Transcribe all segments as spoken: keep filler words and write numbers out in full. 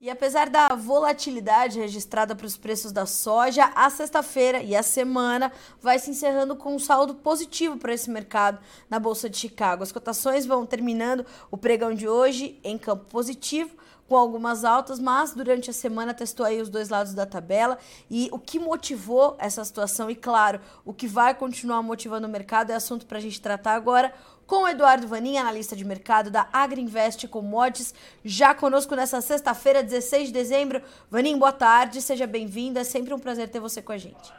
E apesar da volatilidade registrada para os preços da soja, a sexta-feira e a semana vai se encerrando com um saldo positivo para esse mercado na Bolsa de Chicago. As cotações vão terminando o pregão de hoje em campo positivo, com algumas altas, mas durante a semana testou aí os dois lados da tabela. E o que motivou essa situação, e claro, o que vai continuar motivando o mercado, é assunto para a gente tratar agora com o Eduardo Vanin, analista de mercado da Agriinvest Commodities, já conosco nessa sexta-feira, dezesseis de dezembro. Vanin, boa tarde, seja bem-vindo, é sempre um prazer ter você com a gente.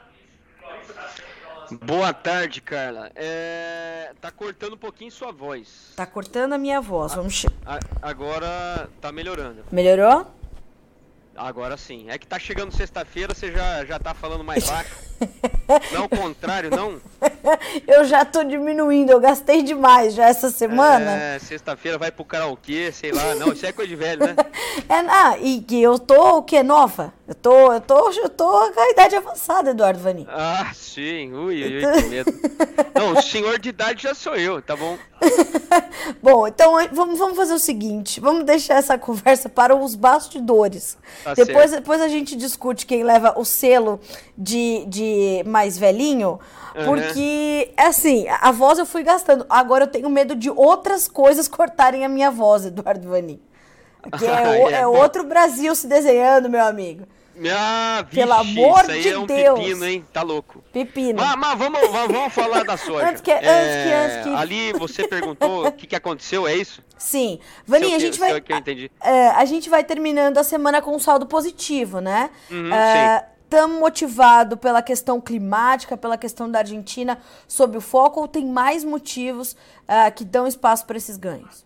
Boa tarde, Carla. É... Tá cortando um pouquinho sua voz. Tá cortando a minha voz, vamos... A, agora tá melhorando. Melhorou? Agora sim. É que tá chegando sexta-feira, você já, já tá falando mais baixo. Não, ao contrário, não? Eu já tô diminuindo, eu gastei demais já essa semana. É, sexta-feira vai pro karaokê, sei lá. Não, isso é coisa de velho, né? É, ah, e que eu tô, o quê? Nova? Eu tô, eu tô, eu tô com a idade avançada, Eduardo Vanin. Ah, sim. Ui, ui, ui, que medo. Não, o senhor de idade já sou eu, tá bom? Bom, então vamos, vamos fazer o seguinte, vamos deixar essa conversa para os bastidores. Tá depois, certo. depois a gente discute quem leva o selo de, de mais velhinho, porque, assim, a voz eu fui gastando. Agora eu tenho medo de outras coisas cortarem a minha voz, Eduardo Vanin. Que é, Ah, o, é, é bom. outro Brasil se desenhando, meu amigo. Ah, vixe, Pelo amor isso aí de é um Deus. pepino, hein? Tá louco. Pepino. Mas, mas vamos, vamos, vamos falar da soja. Antes que- antes que- antes que- Ali você perguntou o que, que aconteceu, é isso? Sim. Vanin, Se eu a que- gente se vai... eu que eu entendi. É, a gente vai terminando a semana com um saldo positivo, né? Uhum, Estamos motivados pela questão climática, pela questão da Argentina sob o foco, ou tem mais motivos ah, que dão espaço para esses ganhos?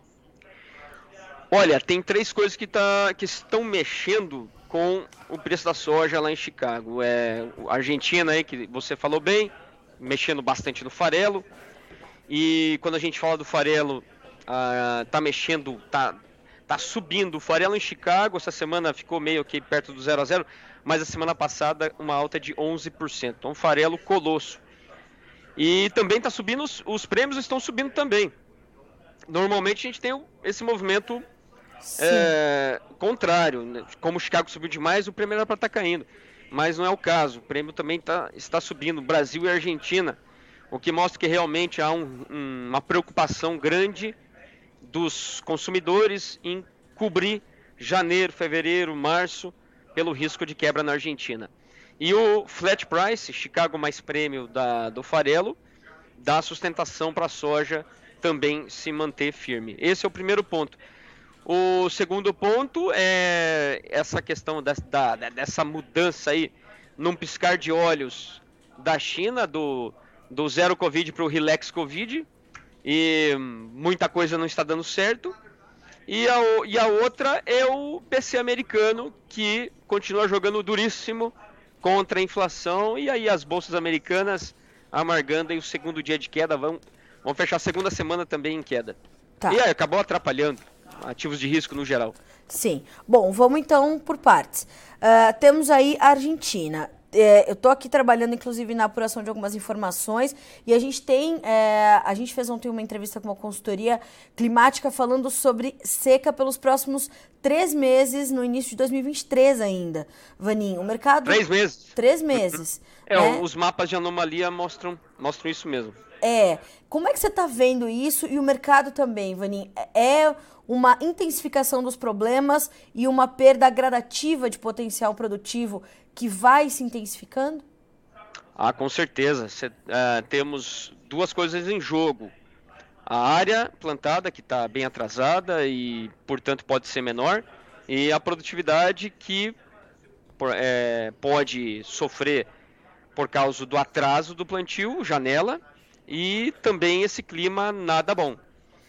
Olha, tem três coisas que, tá, que estão mexendo com o preço da soja lá em Chicago. É a Argentina aí, que você falou bem, mexendo bastante no farelo. E quando a gente fala do farelo, ah, tá mexendo, tá, tá subindo. O farelo em Chicago, essa semana ficou meio que perto do zero a zero, mas a semana passada uma alta de onze por cento. Então, um farelo colosso. E também tá subindo, os, os prêmios estão subindo também. Normalmente a gente tem o- esse movimento é, contrário, né? Como o Chicago subiu demais, o prêmio era para estar caindo, mas não é o caso. O prêmio também tá, está subindo, Brasil e Argentina, o que mostra que realmente há um, um, uma preocupação grande dos consumidores em cobrir janeiro, fevereiro, março, pelo risco de quebra na Argentina. E o flat price, Chicago mais prêmio da, do farelo, dá sustentação para a soja também se manter firme. Esse é o primeiro ponto. O segundo ponto é essa questão dessa, da, dessa mudança aí, num piscar de olhos, da China, do, do zero Covid para o relax Covid, e muita coisa não está dando certo. E a, o- e a outra é o P C americano, que continua jogando duríssimo contra a inflação, e aí as bolsas americanas amargando aí o segundo dia de queda, vão, vão fechar a segunda semana também em queda. Tá. E aí acabou atrapalhando ativos de risco no geral. Sim. Bom, vamos então por partes. Ah, temos aí a Argentina. É, eu estou aqui trabalhando, inclusive, na apuração de algumas informações, e a gente tem, é, a gente fez ontem uma entrevista com uma consultoria climática falando sobre seca pelos próximos três meses, no início de dois mil e vinte e três ainda. Vanin, o mercado... Três meses. Três meses. É, né? os mapas de anomalia mostram, mostram isso mesmo. É, como é que você está vendo isso e o mercado também, Vanin? É uma intensificação dos problemas e uma perda gradativa de potencial produtivo que vai se intensificando? Ah, com certeza. Cê, ah, temos duas coisas em jogo. A área plantada, que está bem atrasada e, portanto, pode ser menor, e a produtividade que por- é, pode sofrer por causa do atraso do plantio, janela, e também esse clima nada bom.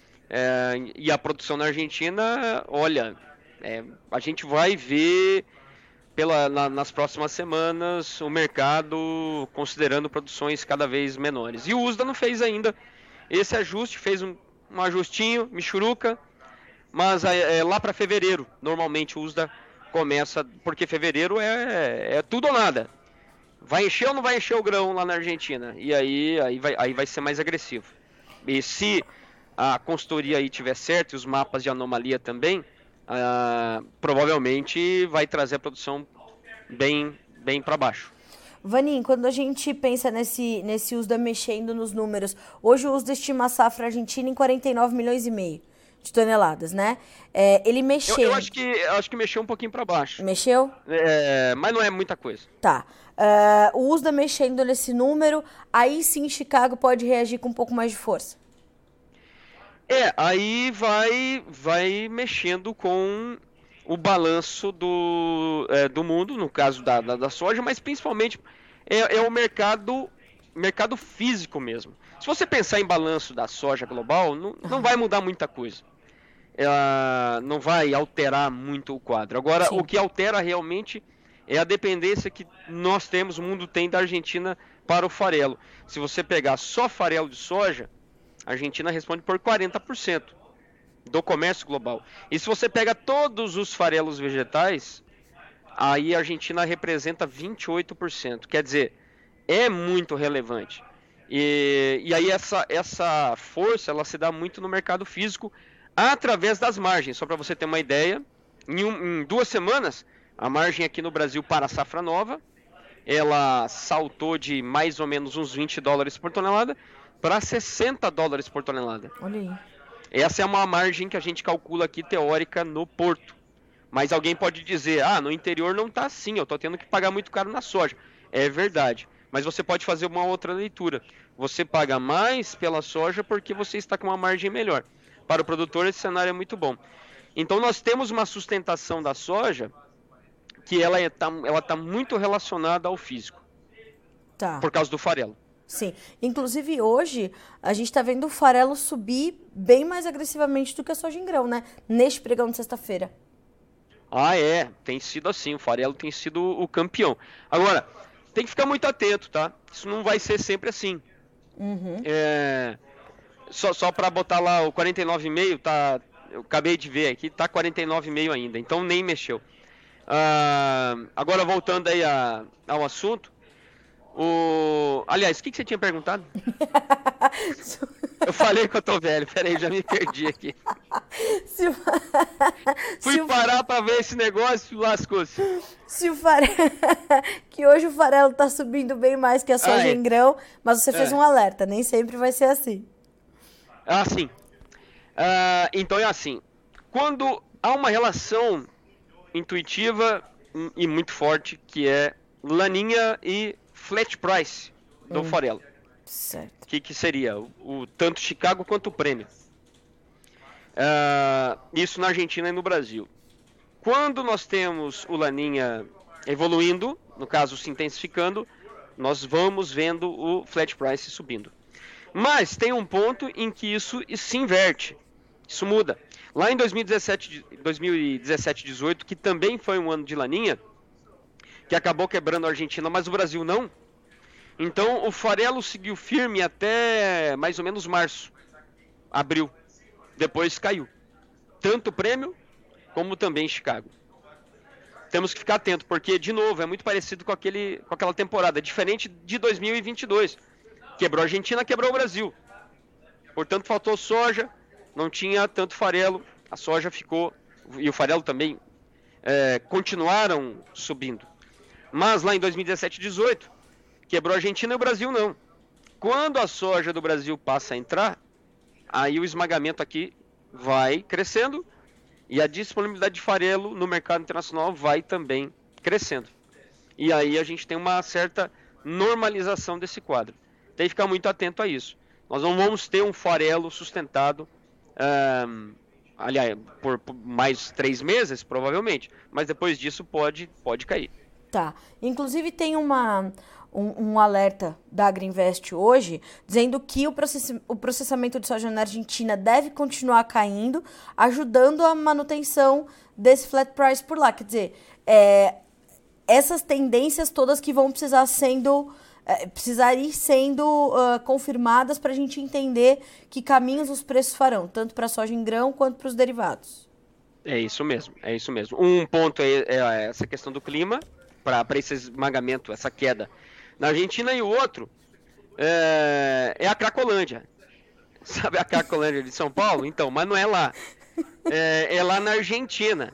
É, e a produção na Argentina, olha, é, a gente vai ver pela, na- nas próximas semanas o mercado considerando produções cada vez menores. E o U S D A não fez ainda esse ajuste, fez um, um ajustinho, michuruca, mas é, é lá para fevereiro, normalmente o U S D A começa, porque fevereiro é, é tudo ou nada. Vai encher ou não vai encher o grão lá na Argentina? E aí, aí, vai, aí vai ser mais agressivo. E se a consultoria aí tiver certo, e os mapas de anomalia também, uh, provavelmente vai trazer a produção bem, bem para baixo. Vaninho, quando a gente pensa nesse, nesse U S D A mexendo nos números, hoje o U S D A estima a safra argentina em quarenta e nove milhões e meio de toneladas, né? É, ele mexeu... Eu, eu acho que, eu acho que mexeu um pouquinho para baixo. Mexeu? É, mas não é muita coisa. Tá. Uh, o U S D A mexendo nesse número, aí sim Chicago pode reagir com um pouco mais de força. É, aí vai, vai mexendo com o balanço do, é, do mundo, no caso da, da, da soja, mas principalmente é, é o mercado, mercado físico mesmo. Se você pensar em balanço da soja global, não, não vai mudar muita coisa. Ela não vai alterar muito o quadro. Agora, Sim. o que altera realmente é a dependência que nós temos, o mundo tem da Argentina para o farelo. Se você pegar só farelo de soja, a Argentina responde por quarenta por cento do comércio global. E se você pega todos os farelos vegetais, aí a Argentina representa vinte e oito por cento. Quer dizer, é muito relevante. E, e aí essa, essa força ela se dá muito no mercado físico através das margens. Só para você ter uma ideia, em, um, em duas semanas, a margem aqui no Brasil para a safra nova, ela saltou de mais ou menos uns vinte dólares por tonelada para sessenta dólares por tonelada. Olha aí. Essa é uma margem que a gente calcula aqui teórica no porto. Mas alguém pode dizer, ah, no interior não está assim, eu estou tendo que pagar muito caro na soja. É verdade, mas você pode fazer uma outra leitura. Você paga mais pela soja porque você está com uma margem melhor. Para o produtor esse cenário é muito bom. Então nós temos uma sustentação da soja que ela está ela tá muito relacionada ao físico. Tá. Por causa do farelo. Sim, inclusive hoje a gente está vendo o farelo subir bem mais agressivamente do que a soja em grão, né? Neste pregão de sexta-feira. Ah, é, tem sido assim, o farelo tem sido o campeão. Agora, tem que ficar muito atento, tá? Isso não vai ser sempre assim. Uhum. É, só só para botar lá o quarenta e nove vírgula cinco, tá, eu acabei de ver aqui, tá quarenta e nove vírgula cinco ainda, então nem mexeu. Ah, agora voltando aí a, ao assunto, O... Aliás, o que, que você tinha perguntado? Eu falei que eu tô velho, peraí, já me perdi aqui. Se o... Fui Se o... parar pra ver esse negócio e lascou-se. Se o farelo... que hoje o farelo tá subindo bem mais que a soja ah, é. em grão, mas você fez é. um alerta, nem sempre vai ser assim. Ah, sim. Ah, então é assim, quando há uma relação intuitiva e muito forte, que é laninha e flat price do hum. farelo. Certo. Que, que seria o, o tanto Chicago quanto o prêmio. Uh, isso na Argentina e no Brasil. Quando nós temos o laninha evoluindo, no caso se intensificando, nós vamos vendo o flat price subindo. Mas tem um ponto em que isso se inverte, isso muda. Lá em dois mil e dezessete, dois mil e dezessete, dezoito, que também foi um ano de laninha, que acabou quebrando a Argentina, mas o Brasil não. Então o farelo seguiu firme até mais ou menos março, abril. Depois caiu. Tanto o prêmio, como também Chicago. Temos que ficar atento, porque, de novo, é muito parecido com, aquele, com aquela temporada. Diferente de dois mil e vinte e dois. Quebrou a Argentina, quebrou o Brasil. Portanto, faltou soja, não tinha tanto farelo. A soja ficou, e o farelo também, é, continuaram subindo. Mas lá em dois mil e dezessete, dezoito, quebrou a Argentina e o Brasil não. Quando a soja do Brasil passa a entrar, aí o esmagamento aqui vai crescendo e a disponibilidade de farelo no mercado internacional vai também crescendo. E aí a gente tem uma certa normalização desse quadro. Tem que ficar muito atento a isso. Nós não vamos ter um farelo sustentado, um, aliás, por, por mais três meses, provavelmente, mas depois disso pode, pode cair. Tá. Inclusive tem uma, um, um alerta da Agriinvest hoje, dizendo que o, process, o processamento de soja na Argentina deve continuar caindo, ajudando a manutenção desse flat price por lá. Quer dizer, é, essas tendências todas que vão precisar sendo... É, precisar ir sendo uh, confirmadas para a gente entender que caminhos os preços farão, tanto para a soja em grão quanto para os derivados. É isso mesmo, é isso mesmo. Um ponto é, é essa questão do clima, para esse esmagamento, essa queda na Argentina, e o outro é, é a Cracolândia. Sabe a Cracolândia de São Paulo? Então, mas não é lá. é, é lá na Argentina.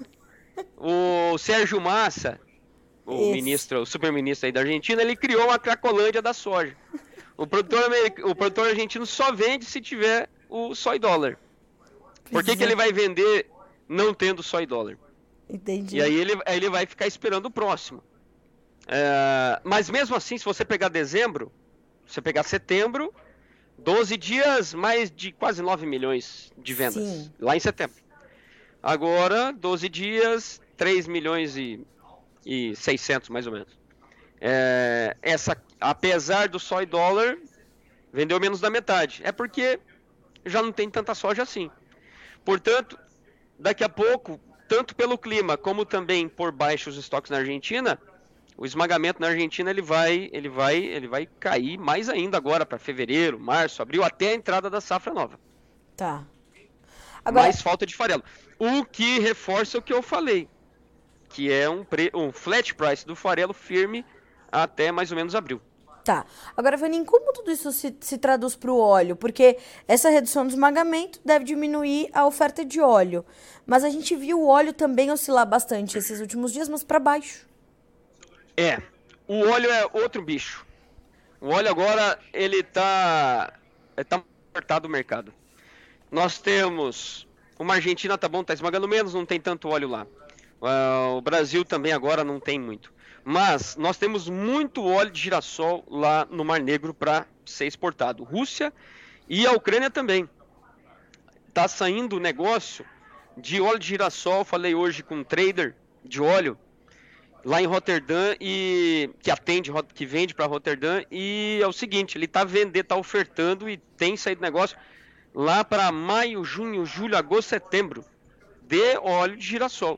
O Sérgio Massa, o Esse. ministro, o super-ministro aí da Argentina, ele criou uma Cracolândia da soja. O produtor, americano, o produtor argentino só vende se tiver o soy dólar. Por que, que ele vai vender não tendo soy dólar? Entendi. E aí ele, aí ele vai ficar esperando o próximo. É, mas mesmo assim, se você pegar dezembro, se você pegar setembro, doze dias, mais de quase nove milhões de vendas. Sim. Lá em setembro. Agora, doze dias, três milhões e, e seiscentos, mais ou menos. É, essa, apesar do soy dólar, vendeu menos da metade. É porque já não tem tanta soja assim. Portanto, daqui a pouco, tanto pelo clima como também por baixos estoques na Argentina, o esmagamento na Argentina ele vai, ele vai, ele vai cair mais ainda agora para fevereiro, março, abril, até a entrada da safra nova. Tá. Agora... Mais falta de farelo. O que reforça o que eu falei, que é um, pre... um flat price do farelo firme até mais ou menos abril. Tá. Agora, Vaninho, como tudo isso se, se traduz para o óleo? Porque essa redução do esmagamento deve diminuir a oferta de óleo. Mas a gente viu o óleo também oscilar bastante esses últimos dias, mas para baixo. É. O óleo é outro bicho. O óleo agora, ele tá... Ele tá cortado o mercado. Nós temos... Uma Argentina tá bom, tá esmagando menos, não tem tanto óleo lá. Uh, o Brasil também agora não tem muito. Mas nós temos muito óleo de girassol lá no Mar Negro para ser exportado. Rússia e a Ucrânia também. Está saindo negócio de óleo de girassol. Falei hoje com um trader de óleo lá em Roterdã, e que atende, que vende para Roterdã. E é o seguinte, ele está vendendo, está ofertando e tem saído negócio lá para maio, junho, julho, agosto, setembro de óleo de girassol.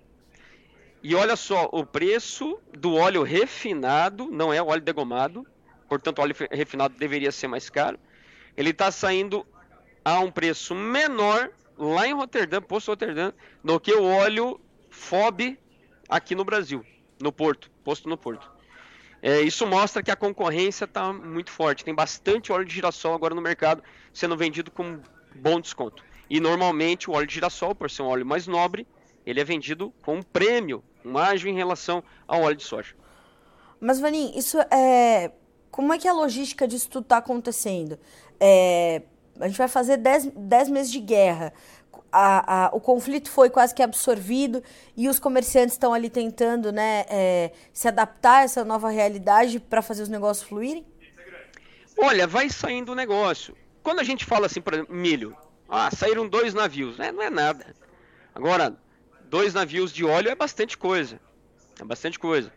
E olha só, o preço do óleo refinado, não é óleo degomado, portanto o óleo refinado deveria ser mais caro. Ele está saindo a um preço menor lá em Roterdã, posto Roterdã, do que o óleo F O B aqui no Brasil, no Porto, posto no Porto. É, isso mostra que a concorrência está muito forte, tem bastante óleo de girassol agora no mercado sendo vendido com bom desconto. E normalmente o óleo de girassol, por ser um óleo mais nobre, ele é vendido com um prêmio, um ágio em relação ao óleo de soja. Mas, Vaninho, isso é... Como é que a logística disso tudo está acontecendo? É... A gente vai fazer dez meses de guerra. A, a, o conflito foi quase que absorvido e os comerciantes estão ali tentando, né, é, se adaptar a essa nova realidade para fazer os negócios fluírem? Olha, vai saindo o negócio. Quando a gente fala assim, por exemplo, milho, ah, saíram dois navios, né? Não é nada. Agora, dois navios de óleo é bastante coisa. É bastante coisa.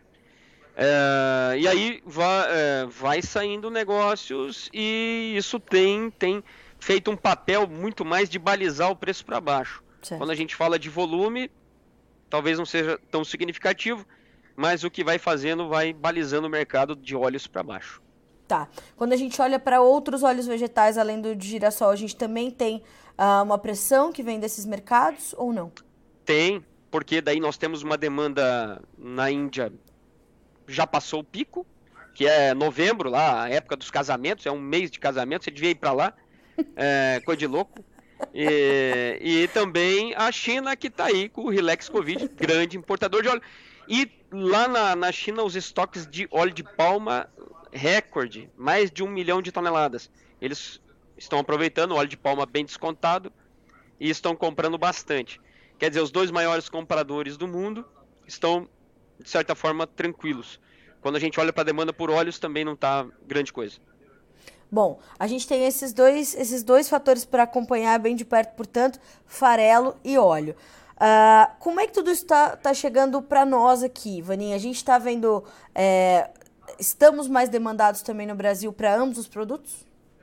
É, e aí vai, é, vai saindo negócios e isso tem, tem feito um papel muito mais de balizar o preço para baixo. Certo. Quando a gente fala de volume, talvez não seja tão significativo, mas o que vai fazendo vai balizando o mercado de óleos para baixo. Tá. Quando a gente olha para outros óleos vegetais, além do de girassol, a gente também tem uh, uma pressão que vem desses mercados ou não? Tem, porque daí nós temos uma demanda na Índia, já passou o pico, que é novembro, lá, a época dos casamentos, é um mês de casamento, você devia ir para lá, é, coisa de louco. E, e também a China, que está aí com o Relax Covid, grande importador de óleo. E lá na, na China, os estoques de óleo de palma, recorde, mais de um milhão de toneladas. Eles estão aproveitando o óleo de palma bem descontado e estão comprando bastante. Quer dizer, os dois maiores compradores do mundo estão, de certa forma, tranquilos. Quando a gente olha para a demanda por óleos, também não está grande coisa. Bom, a gente tem esses dois, esses dois fatores para acompanhar bem de perto, portanto, farelo e óleo. Uh, como é que tudo isso está tá chegando para nós aqui, Vaninha? A gente está vendo... É, estamos mais demandados também no Brasil para ambos os produtos?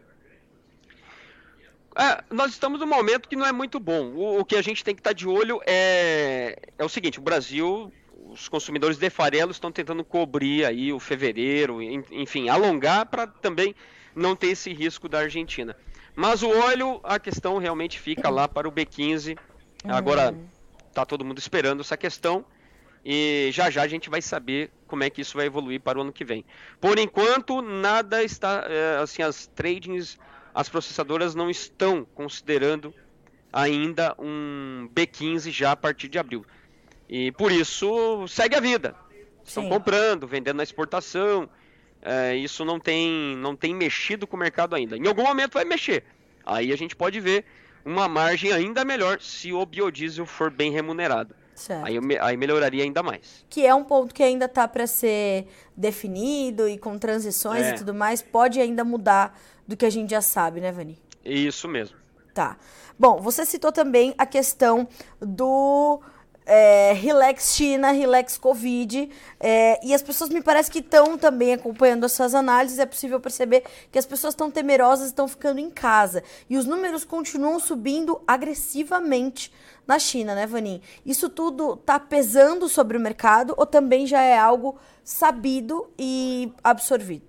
É, nós estamos num momento que não é muito bom. O, o que a gente tem que estar tá de olho é, é o seguinte, o Brasil... Os consumidores de farelo estão tentando cobrir aí o fevereiro, enfim, alongar para também não ter esse risco da Argentina. Mas o óleo, a questão realmente fica lá para o B quinze. Uhum. Agora está todo mundo esperando essa questão e já já a gente vai saber como é que isso vai evoluir para o ano que vem. Por enquanto, nada está, assim, as tradings, as processadoras não estão considerando ainda um B quinze já a partir de abril. E por isso segue a vida. Estão Sim. comprando, vendendo na exportação. É, isso não tem, não tem mexido com o mercado ainda. Em algum momento vai mexer. Aí a gente pode ver uma margem ainda melhor se o biodiesel for bem remunerado. Certo. Aí, eu me- aí melhoraria ainda mais. Que é um ponto que ainda está para ser definido e com transições É. e tudo mais, pode ainda mudar do que a gente já sabe, né, Vani? Isso mesmo. Tá. Bom, você citou também a questão do é, Relax China, Relax Covid, é, e as pessoas me parece que estão também acompanhando essas análises, é possível perceber que as pessoas estão temerosas e estão ficando em casa. E os números continuam subindo agressivamente na China, né, Vanin? Isso tudo está pesando sobre o mercado ou também já é algo sabido e absorvido?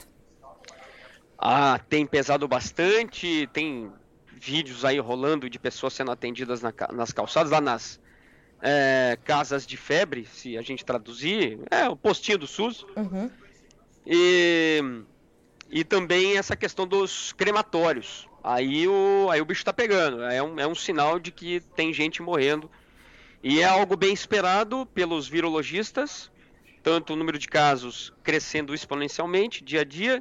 Ah, tem pesado bastante, tem vídeos aí rolando de pessoas sendo atendidas na ca- nas calçadas, lá nas é, casas de febre, se a gente traduzir, é o postinho do SUS. Uhum. E, e também essa questão dos crematórios. Aí o, aí o bicho tá pegando, é um, é um sinal de que tem gente morrendo. E é algo bem esperado pelos virologistas, tanto o número de casos crescendo exponencialmente dia a dia,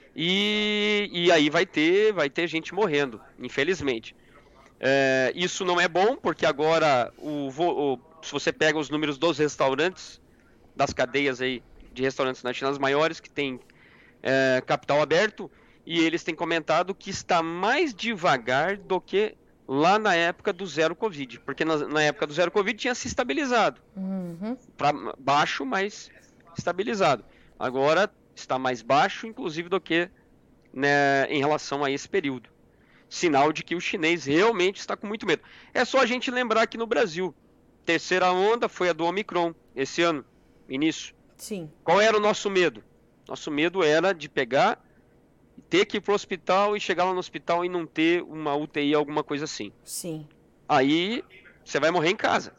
e, e aí vai ter, vai ter gente morrendo, infelizmente. É, isso não é bom, porque agora, o, o, se você pega os números dos restaurantes, das cadeias aí de restaurantes na China, as maiores, que tem é, capital aberto, e eles têm comentado que está mais devagar do que lá na época do zero Covid, porque na, na época do zero Covid tinha se estabilizado, Uhum. para baixo, mas estabilizado. Agora está mais baixo, inclusive, do que, né, em relação a esse período. Sinal de que o chinês realmente está com muito medo. É só a gente lembrar que no Brasil, terceira onda foi a do Omicron, esse ano, início. Sim. Qual era o nosso medo? Nosso medo era de pegar, ter que ir pro hospital e chegar lá no hospital e não ter uma U T I, alguma coisa assim. Sim. Aí você vai morrer em casa.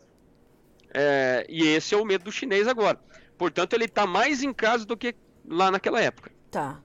É, e esse é o medo do chinês agora. Portanto, ele está mais em casa do que lá naquela época. Tá.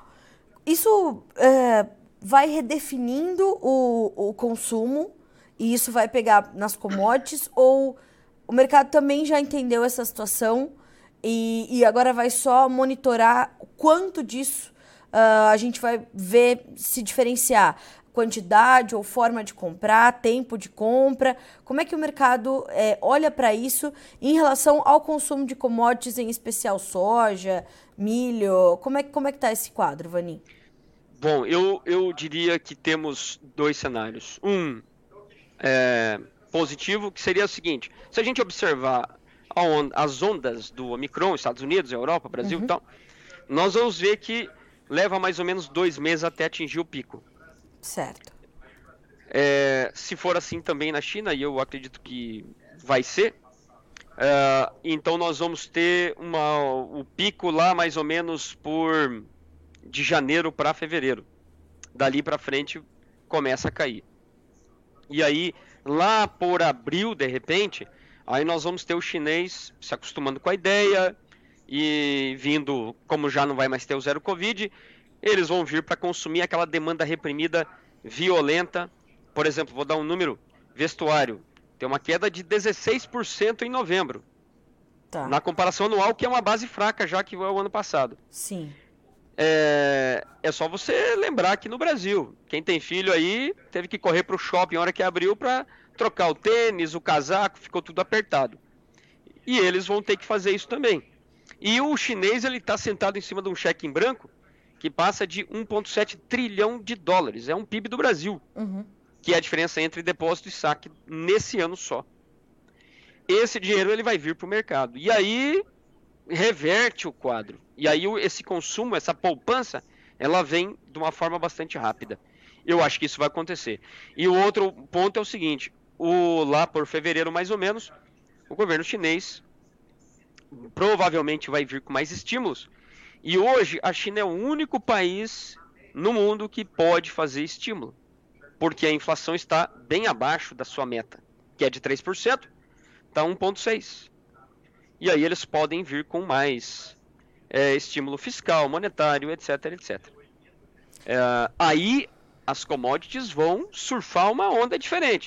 Isso é, vai redefinindo o, o consumo e isso vai pegar nas commodities ou o mercado também já entendeu essa situação e, e agora vai só monitorar o quanto disso uh, a gente vai ver se diferenciar? Quantidade ou forma de comprar, tempo de compra, como é que o mercado é, olha para isso em relação ao consumo de commodities, em especial soja, milho, como é, como é que tá esse quadro, Vanin? Bom, eu, eu diria que temos dois cenários. Um é, positivo, que seria o seguinte, se a gente observar a on- as ondas do Omicron, Estados Unidos, Europa, Brasil Uhum. e tal, nós vamos ver que leva mais ou menos dois meses até atingir o pico. Certo. É, se for assim também na China, e eu acredito que vai ser, é, então nós vamos ter uma, o pico lá mais ou menos por de janeiro para fevereiro. Dali para frente começa a cair. E aí, lá por abril, de repente, aí nós vamos ter o chinês se acostumando com a ideia e vindo, como já não vai mais ter o zero Covid, eles vão vir para consumir aquela demanda reprimida violenta. Por exemplo, vou dar um número, vestuário, tem uma queda de dezesseis por cento em novembro, Tá. na comparação anual, que é uma base fraca já que foi o ano passado. Sim. É, é só você lembrar que no Brasil, quem tem filho aí teve que correr para o shopping na hora que abriu para trocar o tênis, o casaco, ficou tudo apertado. E eles vão ter que fazer isso também. E o chinês, ele está sentado em cima de um cheque em branco que passa de um vírgula sete trilhão de dólares. É um P I B do Brasil, Uhum. que é a diferença entre depósito e saque nesse ano só. Esse dinheiro ele vai vir para o mercado. E aí reverte o quadro. E aí esse consumo, essa poupança, ela vem de uma forma bastante rápida. Eu acho que isso vai acontecer. E o outro ponto é o seguinte, o, lá por fevereiro mais ou menos, o governo chinês provavelmente vai vir com mais estímulos. E hoje a China é o único país no mundo que pode fazer estímulo, porque a inflação está bem abaixo da sua meta, que é de três por cento, está um vírgula seis por cento. E aí eles podem vir com mais é, estímulo fiscal, monetário, etc, etcétera. É, aí as commodities vão surfar uma onda diferente,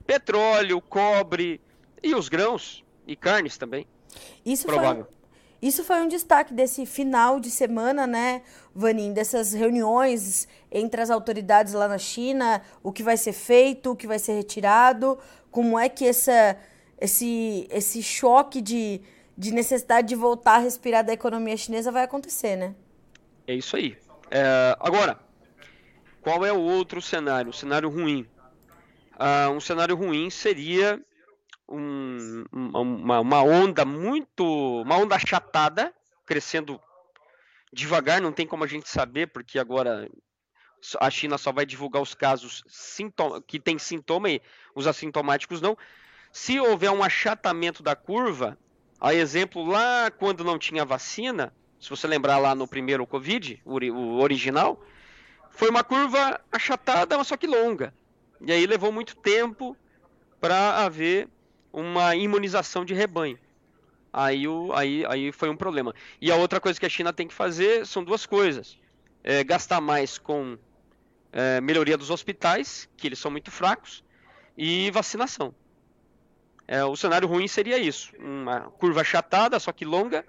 petróleo, cobre e os grãos e carnes também. Isso provável. Foi, isso foi um destaque desse final de semana, né, Vanin? Dessas reuniões entre as autoridades lá na China, o que vai ser feito, o que vai ser retirado, como é que essa, esse, esse choque de, de necessidade de voltar a respirar da economia chinesa vai acontecer, né? É isso aí. É, agora, qual é o outro cenário? O cenário ruim. Uh, um cenário ruim seria um, uma, uma onda muito... uma onda achatada, crescendo devagar, não tem como a gente saber, porque agora a China só vai divulgar os casos sintoma, que tem sintoma e os assintomáticos não. Se houver um achatamento da curva, a exemplo lá quando não tinha vacina, se você lembrar lá no primeiro Covid, o original, foi uma curva achatada, mas só que longa. E aí levou muito tempo para haver uma imunização de rebanho. Aí, o, aí, aí foi um problema. E a outra coisa que a China tem que fazer são duas coisas. É, gastar mais com é, melhoria dos hospitais, que eles são muito fracos, e vacinação. É, o cenário ruim seria isso. Uma curva achatada, só que longa,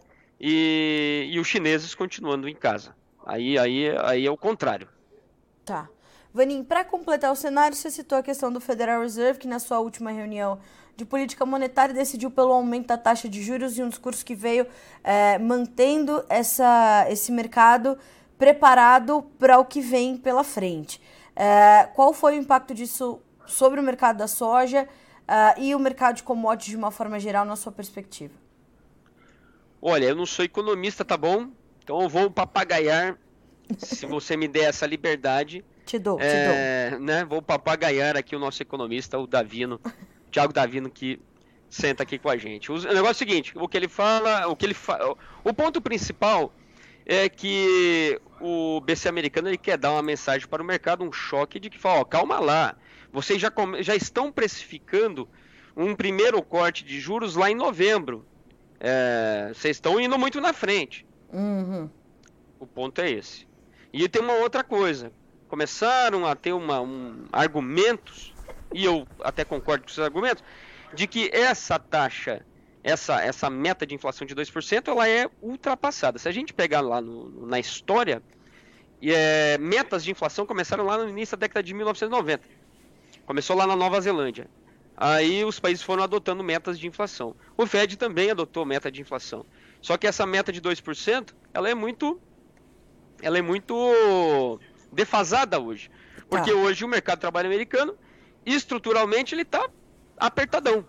e, e os chineses continuando em casa. Aí, aí, aí é o contrário. Tá. Vanin, para completar o cenário, você citou a questão do Federal Reserve, que na sua última reunião de política monetária decidiu pelo aumento da taxa de juros e um discurso que veio é, mantendo essa, esse mercado preparado para o que vem pela frente. É, qual foi o impacto disso sobre o mercado da soja uh, e o mercado de commodities de uma forma geral na sua perspectiva? Olha, eu não sou economista, tá bom? Então eu vou papagaiar, se você me der essa liberdade. Te dou, é, te dou. Né, vou papagaiar aqui o nosso economista, o Davino, Thiago Davino, que senta aqui com a gente. O negócio é o seguinte, o que ele fala, o que ele fa... o ponto principal é que o B C americano ele quer dar uma mensagem para o mercado, um choque de que fala, ó, calma lá, vocês já, come... já estão precificando um primeiro corte de juros lá em novembro. É, vocês estão indo muito na frente. Uhum. O ponto é esse. E tem uma outra coisa. Começaram a ter uma, um, argumentos, e eu até concordo com esses argumentos, de que essa taxa, essa, essa meta de inflação de dois por cento, ela é ultrapassada. Se a gente pegar lá no, na história, é, metas de inflação começaram lá no início da década de mil novecentos e noventa. Começou lá na Nova Zelândia. Aí os países foram adotando metas de inflação. O Fed também adotou meta de inflação. Só que essa meta de dois por cento, ela é muito, ela é muito defasada hoje. Porque tá. Hoje o mercado de trabalho americano, estruturalmente, ele está apertadão.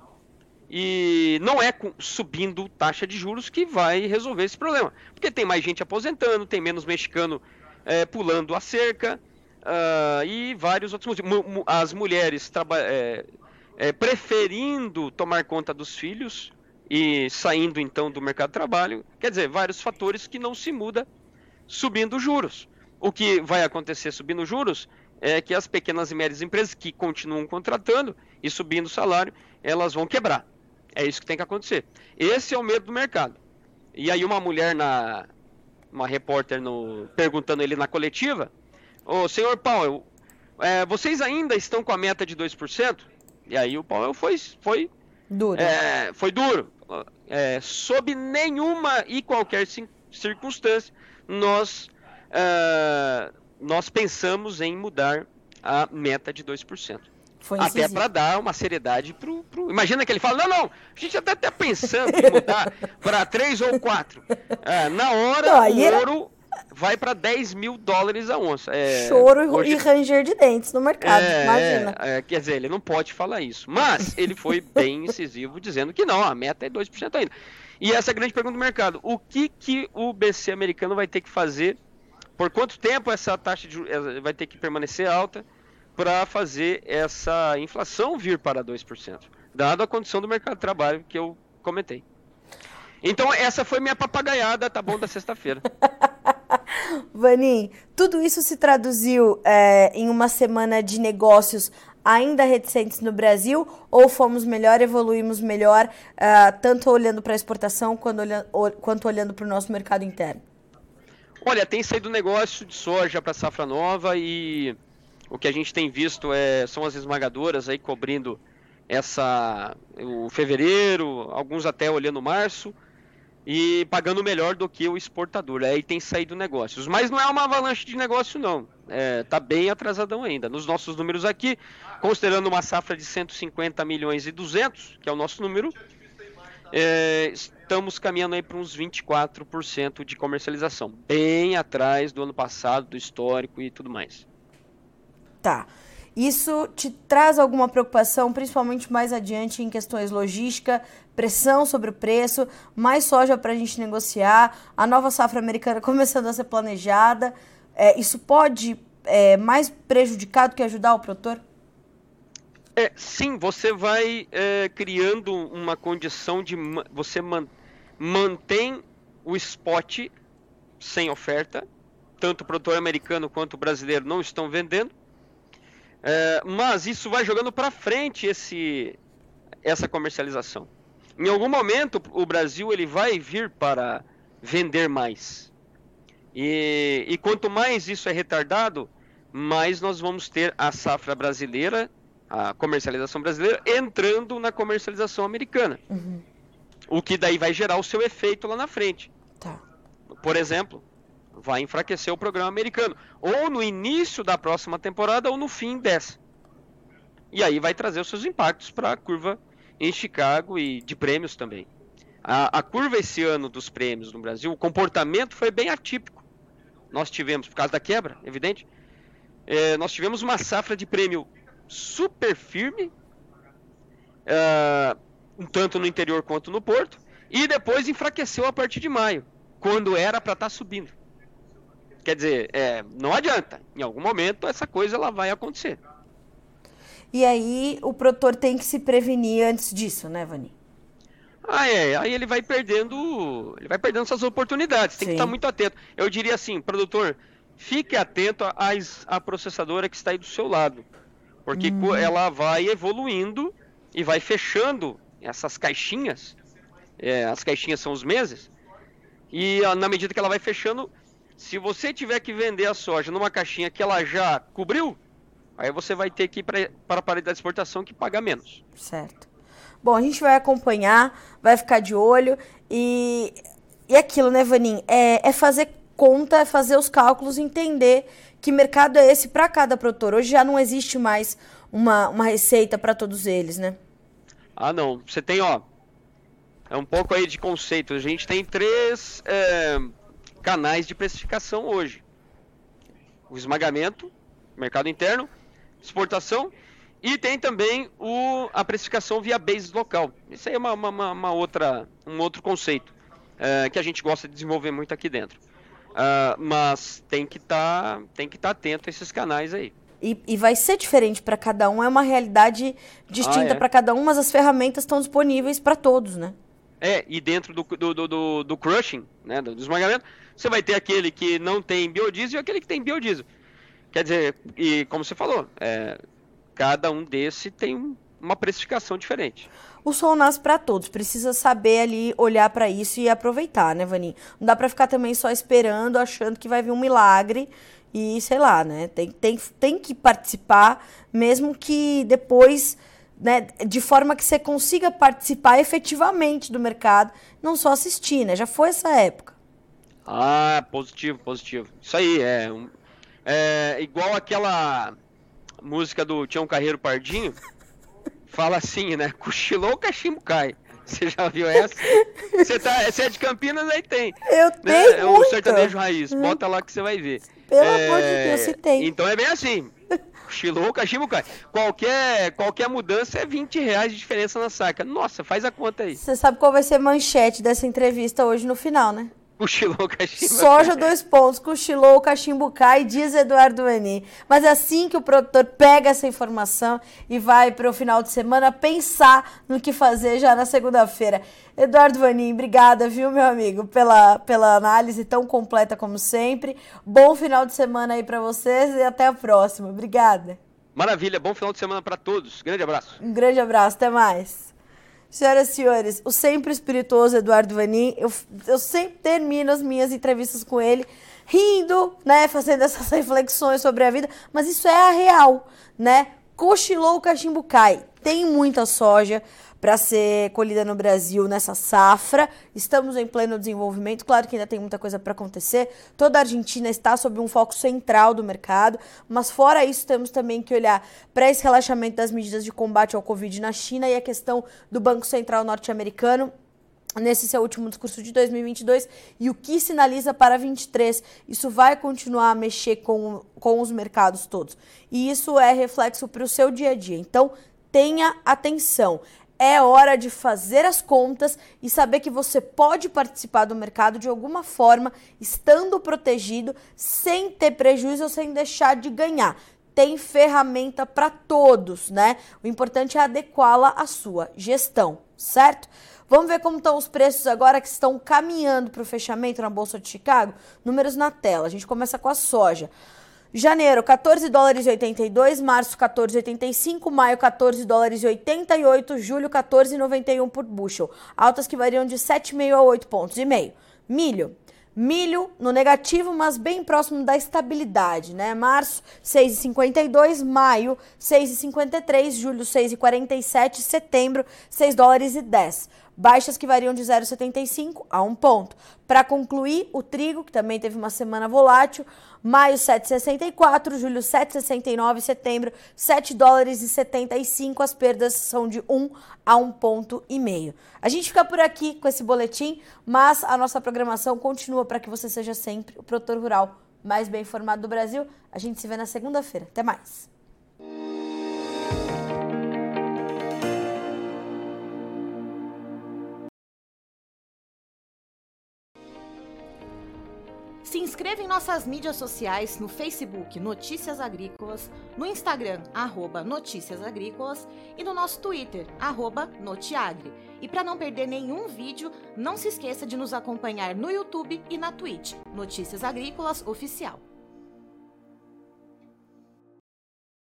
E não é subindo taxa de juros que vai resolver esse problema. Porque tem mais gente aposentando, tem menos mexicano é, pulando a cerca, uh, e vários outros motivos. As mulheres trabalham... É, É, preferindo tomar conta dos filhos e saindo então do mercado de trabalho, quer dizer, vários fatores que não se muda subindo juros. O que vai acontecer subindo juros é que as pequenas e médias empresas que continuam contratando e subindo o salário, elas vão quebrar. É isso que tem que acontecer. Esse é o medo do mercado. E aí uma mulher, na, uma repórter no, perguntando ele na coletiva, ô senhor Powell, é, vocês ainda estão com a meta de dois por cento? E aí o Powell foi, foi duro. É, foi duro. É, sob nenhuma e qualquer circunstância, nós, é, nós pensamos em mudar a meta de dois por cento. Foi até para dar uma seriedade pro, pro... Imagina que ele fala, não, não, a gente até está pensando em mudar para três ou quatro. É, na hora, não, o ouro... vai para dez mil dólares a onça. É, Choro hoje... e ranger de dentes no mercado, é, imagina. É, quer dizer, ele não pode falar isso. Mas ele foi bem incisivo, dizendo que não, a meta é dois por cento ainda. E essa é a grande pergunta do mercado. O que, que o B C americano vai ter que fazer? Por quanto tempo essa taxa de juros vai ter que permanecer alta para fazer essa inflação vir para dois por cento? Dado a condição do mercado de trabalho que eu comentei. Então essa foi minha papagaiada, tá bom, da sexta-feira. Vanin, tudo isso se traduziu é, em uma semana de negócios ainda reticentes no Brasil, ou fomos melhor, evoluímos melhor, uh, tanto olhando para a exportação quanto olhando, quanto olhando para o nosso mercado interno? Olha, tem saído negócio de soja para safra nova e O que a gente tem visto é, são as esmagadoras aí cobrindo essa, o fevereiro, alguns até olhando março, e pagando melhor do que o exportador. Aí tem saído negócios. Mas não é uma avalanche de negócio, não. É, tá bem atrasadão ainda. Nos nossos números aqui, considerando uma safra de cento e cinquenta milhões e duzentos, que é o nosso número, é, estamos caminhando aí para uns vinte e quatro por cento de comercialização. Bem atrás do ano passado, do histórico e tudo mais. Tá. Isso te traz alguma preocupação, principalmente mais adiante em questões logística, pressão sobre o preço, mais soja para a gente negociar, a nova safra americana começando a ser planejada. É, isso pode é, mais prejudicar do que ajudar o produtor? É, sim, você vai é, criando uma condição de... Você man, mantém o spot sem oferta, tanto o produtor americano quanto o brasileiro não estão vendendo. É, mas isso vai jogando para frente esse, essa comercialização. Em algum momento o Brasil ele vai vir para vender mais. E, e quanto mais isso é retardado, mais nós vamos ter a safra brasileira, a comercialização brasileira, entrando na comercialização americana. Uhum. O que daí vai gerar o seu efeito lá na frente. Tá. Por exemplo, vai enfraquecer o programa americano, ou no início da próxima temporada, ou no fim dessa. E aí vai trazer os seus impactos para a curva em Chicago e de prêmios também. A, a curva esse ano dos prêmios no Brasil, o comportamento foi bem atípico. Nós tivemos, por causa da quebra, evidente, é, nós tivemos uma safra de prêmio super firme, é, um tanto no interior quanto no porto, e depois enfraqueceu a partir de maio, quando era para estar subindo. Quer dizer, é, não adianta. Em algum momento essa coisa ela vai acontecer. E aí o produtor tem que se prevenir antes disso, né, Vani? Ah, é. Aí ele vai perdendo, ele vai perdendo essas oportunidades. Tem Sim. que estar muito atento. Eu diria assim, produtor, fique atento às, à processadora que está aí do seu lado, porque hum. ela vai evoluindo e vai fechando essas caixinhas. É, as caixinhas são os meses. E na medida que ela vai fechando, se você tiver que vender a soja numa caixinha que ela já cobriu, aí você vai ter que ir para a paridade de exportação que paga menos. Certo. Bom, a gente vai acompanhar, vai ficar de olho e, e aquilo, né, Vanim? É, é fazer conta, é fazer os cálculos, entender que mercado é esse para cada produtor. Hoje já não existe mais uma, uma receita para todos eles, né? Ah, não. Você tem, ó, é um pouco aí de conceito. A gente tem três... É... canais de precificação hoje: o esmagamento, mercado interno, exportação, e tem também o, a precificação via base local. Isso aí é uma, uma, uma outra, um outro conceito é, que a gente gosta de desenvolver muito aqui dentro. Uh, mas tem que tá, tem que estar tá atento a esses canais aí. E, e vai ser diferente para cada um, é uma realidade distinta ah, é. para cada um, mas as ferramentas estão disponíveis para todos, né? É, e dentro do, do, do, do, do crushing, né, do, do esmagamento, você vai ter aquele que não tem biodiesel e aquele que tem biodiesel. Quer dizer, e como você falou, é, cada um desse tem um, uma precificação diferente. O sol nasce para todos, precisa saber ali olhar para isso e aproveitar, né, Vanim? Não dá para ficar também só esperando, achando que vai vir um milagre e, sei lá, né, tem, tem, tem que participar, mesmo que depois... Né, de forma que você consiga participar efetivamente do mercado, não só assistir, né? Já foi essa época. Ah, positivo, positivo. Isso aí, é, um, é igual aquela música do Tião Carreiro Pardinho, fala assim, né? Cochilou, o cachimbo cai. Você já viu essa? Você, tá, você é de Campinas, aí tem. Eu né? tenho É o sertanejo raiz, bota lá que você vai ver. Pelo é, amor de Deus, se tem. Então é bem assim. Cochilou, o cachimbo cai. Qualquer, qualquer mudança é vinte reais de diferença na saca. Nossa, faz a conta aí. Você sabe qual vai ser a manchete dessa entrevista hoje no final, né? Cochilou, o cachimbo Soja, dois pontos. Cochilou, o cachimbo cai, diz Eduardo Vanim. Mas é assim que o produtor pega essa informação e vai para o final de semana pensar no que fazer já na segunda-feira. Eduardo Vanim, obrigada, viu, meu amigo, pela, pela análise tão completa como sempre. Bom final de semana aí para vocês e até a próxima. Obrigada. Maravilha, bom final de semana para todos. Grande abraço. Um grande abraço, até mais. Senhoras e senhores, o sempre espirituoso Eduardo Vanim, eu, eu sempre termino as minhas entrevistas com ele rindo, né, fazendo essas reflexões sobre a vida, mas isso é a real, né? Cochilou, o cachimbo cai. Tem muita soja para ser colhida no Brasil nessa safra. Estamos em pleno desenvolvimento. Claro que ainda tem muita coisa para acontecer. Toda a Argentina está sob um foco central do mercado. Mas fora isso, temos também que olhar para esse relaxamento das medidas de combate ao Covid na China e a questão do Banco Central norte-americano nesse seu último discurso de dois mil e vinte e dois e o que sinaliza para vinte e três. Isso vai continuar a mexer com, com os mercados todos. E isso é reflexo para o seu dia a dia. Então, tenha atenção. É hora de fazer as contas e saber que você pode participar do mercado de alguma forma, estando protegido, sem ter prejuízo ou sem deixar de ganhar. Tem ferramenta para todos, né? O importante é adequá-la à sua gestão, certo? Vamos ver como estão os preços agora que estão caminhando para o fechamento na Bolsa de Chicago? Números na tela. A gente começa com a soja. Janeiro, quatorze dólares e oitenta e dois, março, quatorze e oitenta e cinco, maio, quatorze dólares e oitenta e oito, julho, quatorze e noventa e um por bushel. Altas que variam de sete vírgula cinco a oito pontos e meio. Milho. Milho no negativo, mas bem próximo da estabilidade, né? Março, seis vírgula cinquenta e dois, maio, seis vírgula cinquenta e três, julho, seis vírgula quarenta e sete, setembro, seis dólares e dez. Baixas que variam de zero vírgula setenta e cinco a um ponto. Para concluir, o trigo, que também teve uma semana volátil, maio sete vírgula sessenta e quatro, julho sete vírgula sessenta e nove, setembro sete dólares e setenta e cinco, as perdas são de um a um ponto e meio. A gente fica por aqui com esse boletim, mas a nossa programação continua para que você seja sempre o produtor rural mais bem informado do Brasil. A gente se vê na segunda-feira. Até mais! Se inscreva em nossas mídias sociais, no Facebook Notícias Agrícolas, no Instagram, arroba Notícias Agrícolas e no nosso Twitter, arroba Notiagre. E para não perder nenhum vídeo, não se esqueça de nos acompanhar no YouTube e na Twitch, Notícias Agrícolas Oficial.